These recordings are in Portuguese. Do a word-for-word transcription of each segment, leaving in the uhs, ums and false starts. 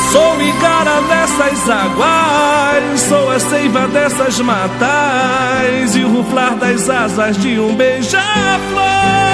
Sou igara dessas águas, sou a seiva dessas matas e o ruflar das asas de um beija-flor.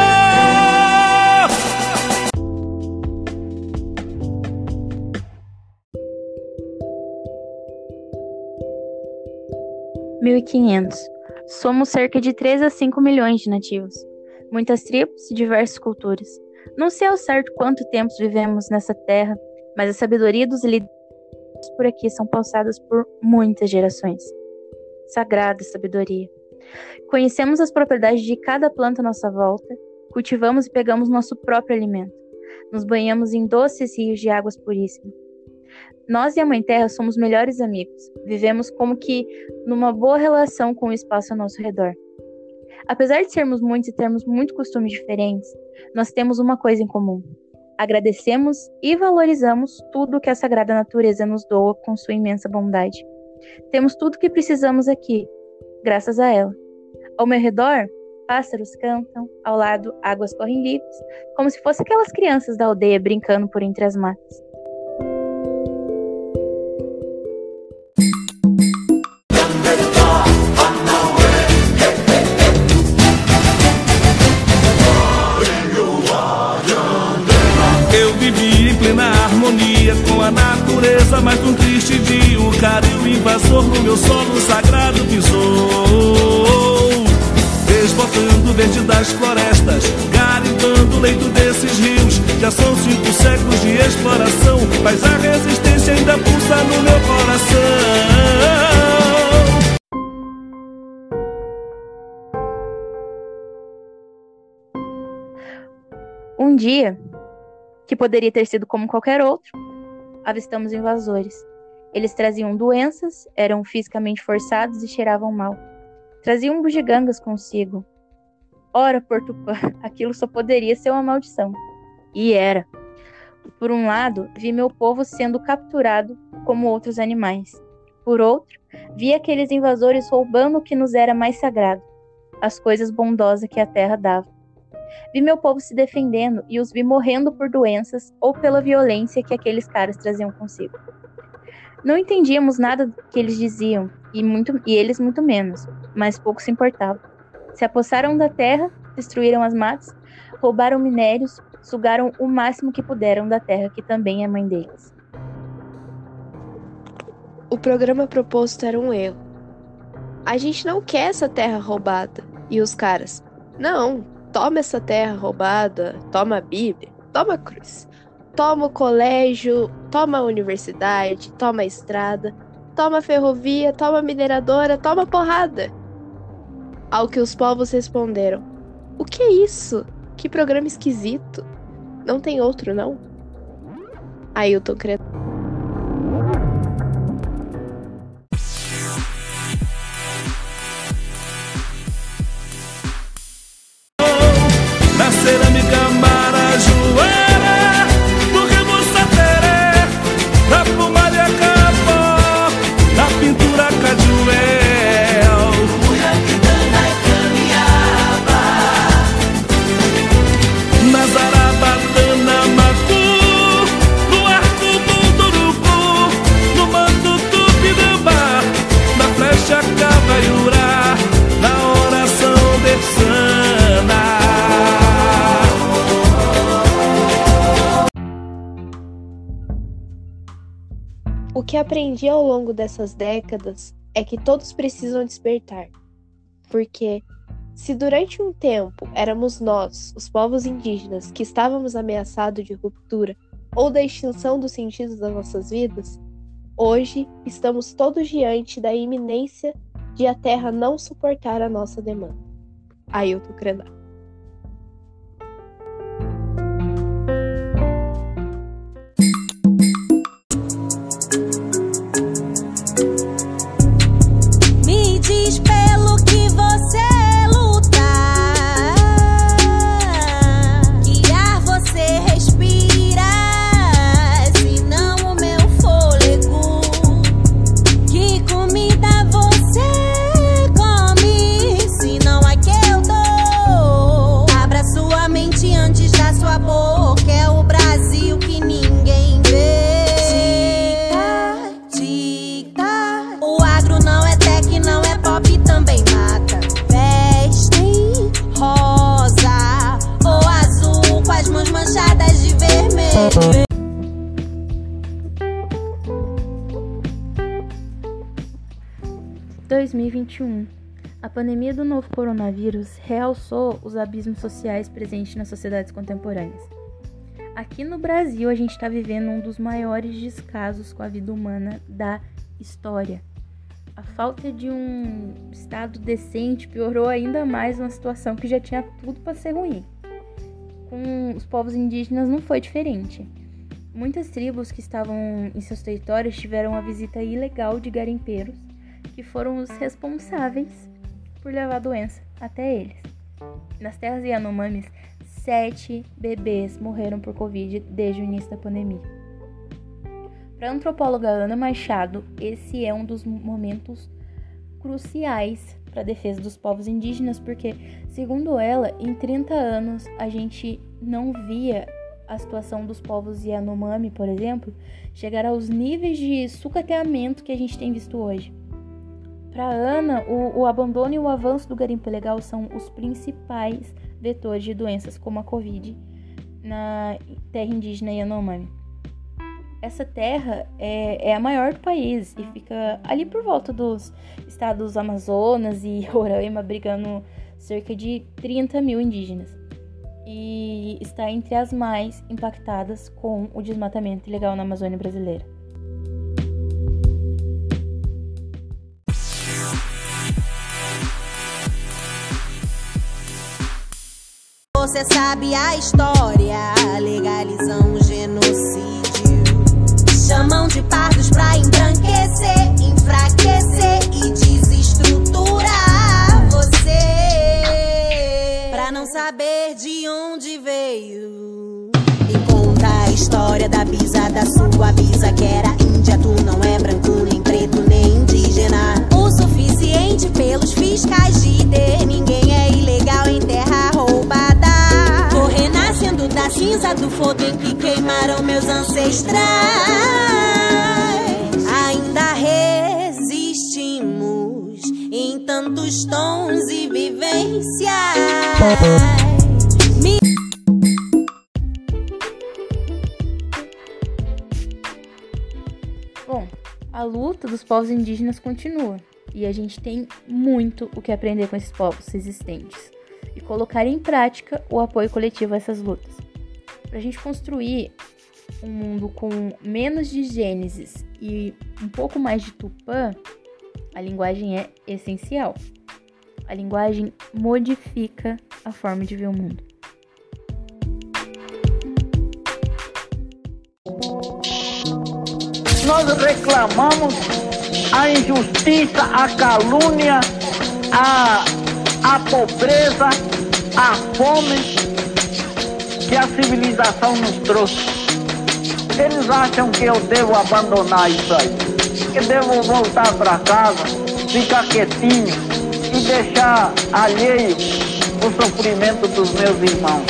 mil e quinhentos. Somos cerca de três a cinco milhões de nativos. Muitas tribos e diversas culturas. Não sei ao certo quanto tempo vivemos nessa terra, mas a sabedoria dos líderes por aqui são pausadas por muitas gerações. Sagrada sabedoria. Conhecemos as propriedades de cada planta à nossa volta, cultivamos e pegamos nosso próprio alimento. Nos banhamos em doces rios de águas puríssimas. Nós e a Mãe Terra somos melhores amigos. Vivemos como que numa boa relação com o espaço ao nosso redor. Apesar de sermos muitos e termos muitos costumes diferentes, nós temos uma coisa em comum. Agradecemos e valorizamos tudo que a sagrada natureza nos doa com sua imensa bondade. Temos tudo o que precisamos aqui, graças a ela. Ao meu redor, pássaros cantam, ao lado, águas correm livres, como se fossem aquelas crianças da aldeia brincando por entre as matas. Com a natureza, mas um triste dia o cara e o invasor no meu solo sagrado pisou, desbotando o verde das florestas, garimpando o leito desses rios. Já são cinco séculos de exploração, mas a resistência ainda pulsa no meu coração. Um dia, que poderia ter sido como qualquer outro, avistamos invasores. Eles traziam doenças, eram fisicamente forçados e cheiravam mal. Traziam bugigangas consigo. Ora, Portupã, aquilo só poderia ser uma maldição. E era. Por um lado, vi meu povo sendo capturado como outros animais. Por outro, vi aqueles invasores roubando o que nos era mais sagrado, as coisas bondosas que a terra dava. Vi meu povo se defendendo e os vi morrendo por doenças ou pela violência que aqueles caras traziam consigo. Não entendíamos nada do que eles diziam, e, muito, e eles muito menos, mas pouco se importavam. Se apossaram da terra, destruíram as matas, roubaram minérios, sugaram o máximo que puderam da terra, que também é mãe deles. O programa proposto era um erro. A gente não quer essa terra roubada. E os caras, não. Toma essa terra roubada, toma a Bíblia, toma a cruz, toma o colégio, toma a universidade, toma a estrada, toma a ferrovia, toma a mineradora, toma a porrada. Ao que os povos responderam, o que é isso? Que programa esquisito. Não tem outro, não? Ailton Krenak. Cerâmica Marajoara, do Remo Sateré, da Pomalha Capó, da pintura Cajuel, Muraquitana e Camiaba, na Zarabatana Macu, no Arco Bunduruku, no Manto Tupinambá, na Flecha Cavaiurá, na oração Bersana. O que aprendi ao longo dessas décadas é que todos precisam despertar. Porque, se durante um tempo éramos nós, os povos indígenas, que estávamos ameaçados de ruptura ou da extinção dos sentidos das nossas vidas, hoje estamos todos diante da iminência de a Terra não suportar a nossa demanda. Ailton Krenak. Comida você come, se não é que eu dou. dois mil e vinte e um. A pandemia do novo coronavírus realçou os abismos sociais presentes nas sociedades contemporâneas. Aqui no Brasil, a gente está vivendo um dos maiores descasos com a vida humana da história. A falta de um estado decente piorou ainda mais uma situação que já tinha tudo para ser ruim. Com os povos indígenas não foi diferente. Muitas tribos que estavam em seus territórios tiveram a visita ilegal de garimpeiros, que foram os responsáveis por levar a doença até eles. Nas terras Yanomamis, sete bebês morreram por Covid desde o início da pandemia. Para a antropóloga Ana Machado, esse é um dos momentos cruciais para a defesa dos povos indígenas, porque, segundo ela, em trinta anos a gente não via a situação dos povos Yanomami, por exemplo, chegar aos níveis de sucateamento que a gente tem visto hoje. Para Ana, o, o abandono e o avanço do garimpo ilegal são os principais vetores de doenças como a Covid na terra indígena Yanomami. Essa terra é, é a maior do país e fica ali por volta dos estados Amazonas e Roraima, abrigando cerca de trinta mil indígenas. E está entre as mais impactadas com o desmatamento ilegal na Amazônia brasileira. Você sabe a história, legalizam o genocídio. Chamam de pardos pra embranquecer, enfraquecer e desestruturar você. Pra não saber de onde veio. E conta a história da bisa, da sua bisa que era índia. Tu não é branco, nem preto, nem indígena. O suficiente pelos fiscais de I D. Ninguém é ilegal em terra roubada. Tô renascendo da cinza do fogo em que queimaram meus ancestrais. Ainda resistimos em tantos tons e vivências. Me... Bom, a luta dos povos indígenas continua e a gente tem muito o que aprender com esses povos existentes e colocar em prática o apoio coletivo a essas lutas. Para a gente construir um mundo com menos de Gênesis e um pouco mais de Tupã, a linguagem é essencial. A linguagem modifica a forma de ver o mundo. Nós reclamamos a injustiça, a calúnia, a, a pobreza, a fome que a civilização nos trouxe. Eles acham que eu devo abandonar isso aí, que devo voltar para casa, ficar quietinho e deixar alheio o sofrimento dos meus irmãos.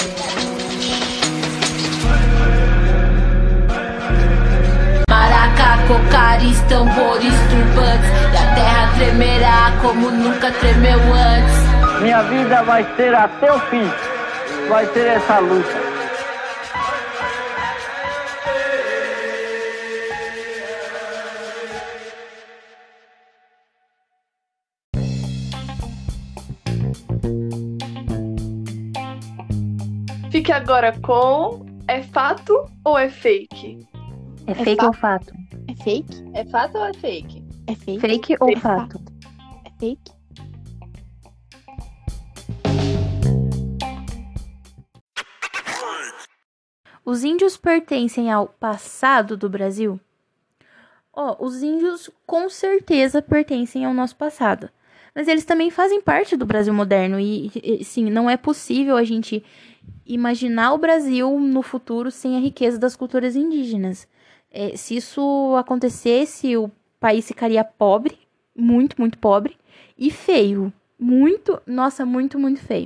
Maracá, cocaris, tambores, turbantes, e a terra tremerá como nunca tremeu antes. Minha vida vai ser até o fim, vai ser essa luta. Fique agora com é fato ou é fake? É, É fake fato. ou fato? É fake? É fato ou é fake? É fake? Fake ou É fato? É fake? Os índios pertencem ao passado do Brasil? Ó, os índios com certeza pertencem ao nosso passado. Mas eles também fazem parte do Brasil moderno. E, e sim, não é possível a gente imaginar o Brasil no futuro sem a riqueza das culturas indígenas. É, se isso acontecesse, o país ficaria pobre, muito, muito pobre, e feio. Muito, nossa, muito, muito feio.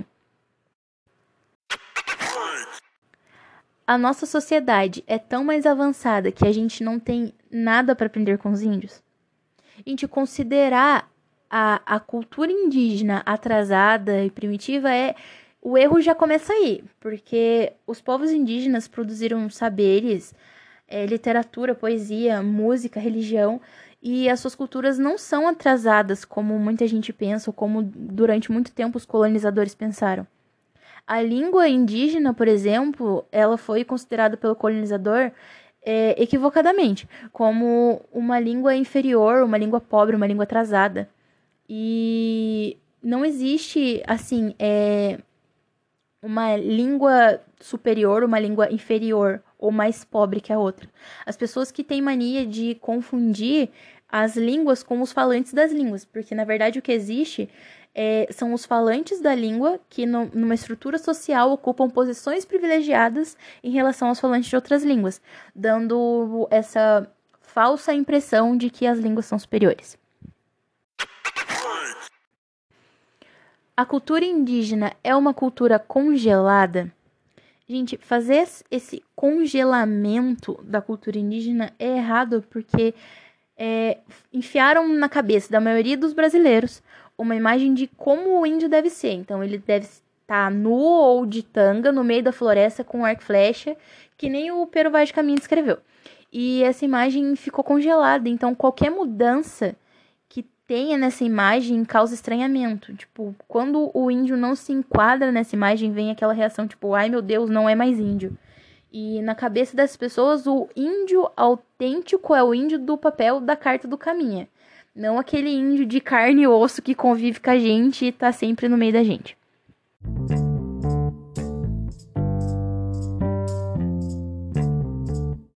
A nossa sociedade é tão mais avançada que a gente não tem nada para aprender com os índios. A gente considerar a, a cultura indígena atrasada e primitiva, é o erro já começa aí, porque os povos indígenas produziram saberes é, literatura, poesia, música, religião, e as suas culturas não são atrasadas como muita gente pensa, ou como durante muito tempo os colonizadores pensaram. A língua indígena, por exemplo, ela foi considerada pelo colonizador é, equivocadamente como uma língua inferior, uma língua pobre, uma língua atrasada. E não existe, assim, é, uma língua superior, uma língua inferior ou mais pobre que a outra. As pessoas que têm mania de confundir as línguas com os falantes das línguas, porque na verdade o que existe é, são os falantes da língua que no, numa estrutura social ocupam posições privilegiadas em relação aos falantes de outras línguas, dando essa falsa impressão de que as línguas são superiores. A cultura indígena é uma cultura congelada? Gente, fazer esse congelamento da cultura indígena é errado porque é, enfiaram na cabeça da maioria dos brasileiros uma imagem de como o índio deve ser. Então, ele deve estar nu ou de tanga no meio da floresta com arco e flecha, que nem o Pero Vaz de Caminha descreveu. E essa imagem ficou congelada. Então, qualquer mudança que tenha nessa imagem causa estranhamento. Tipo, quando o índio não se enquadra nessa imagem, vem aquela reação, tipo, ai meu Deus, não é mais índio. E na cabeça dessas pessoas, o índio autêntico é o índio do papel da Carta do Caminha. Não aquele índio de carne e osso que convive com a gente e tá sempre no meio da gente.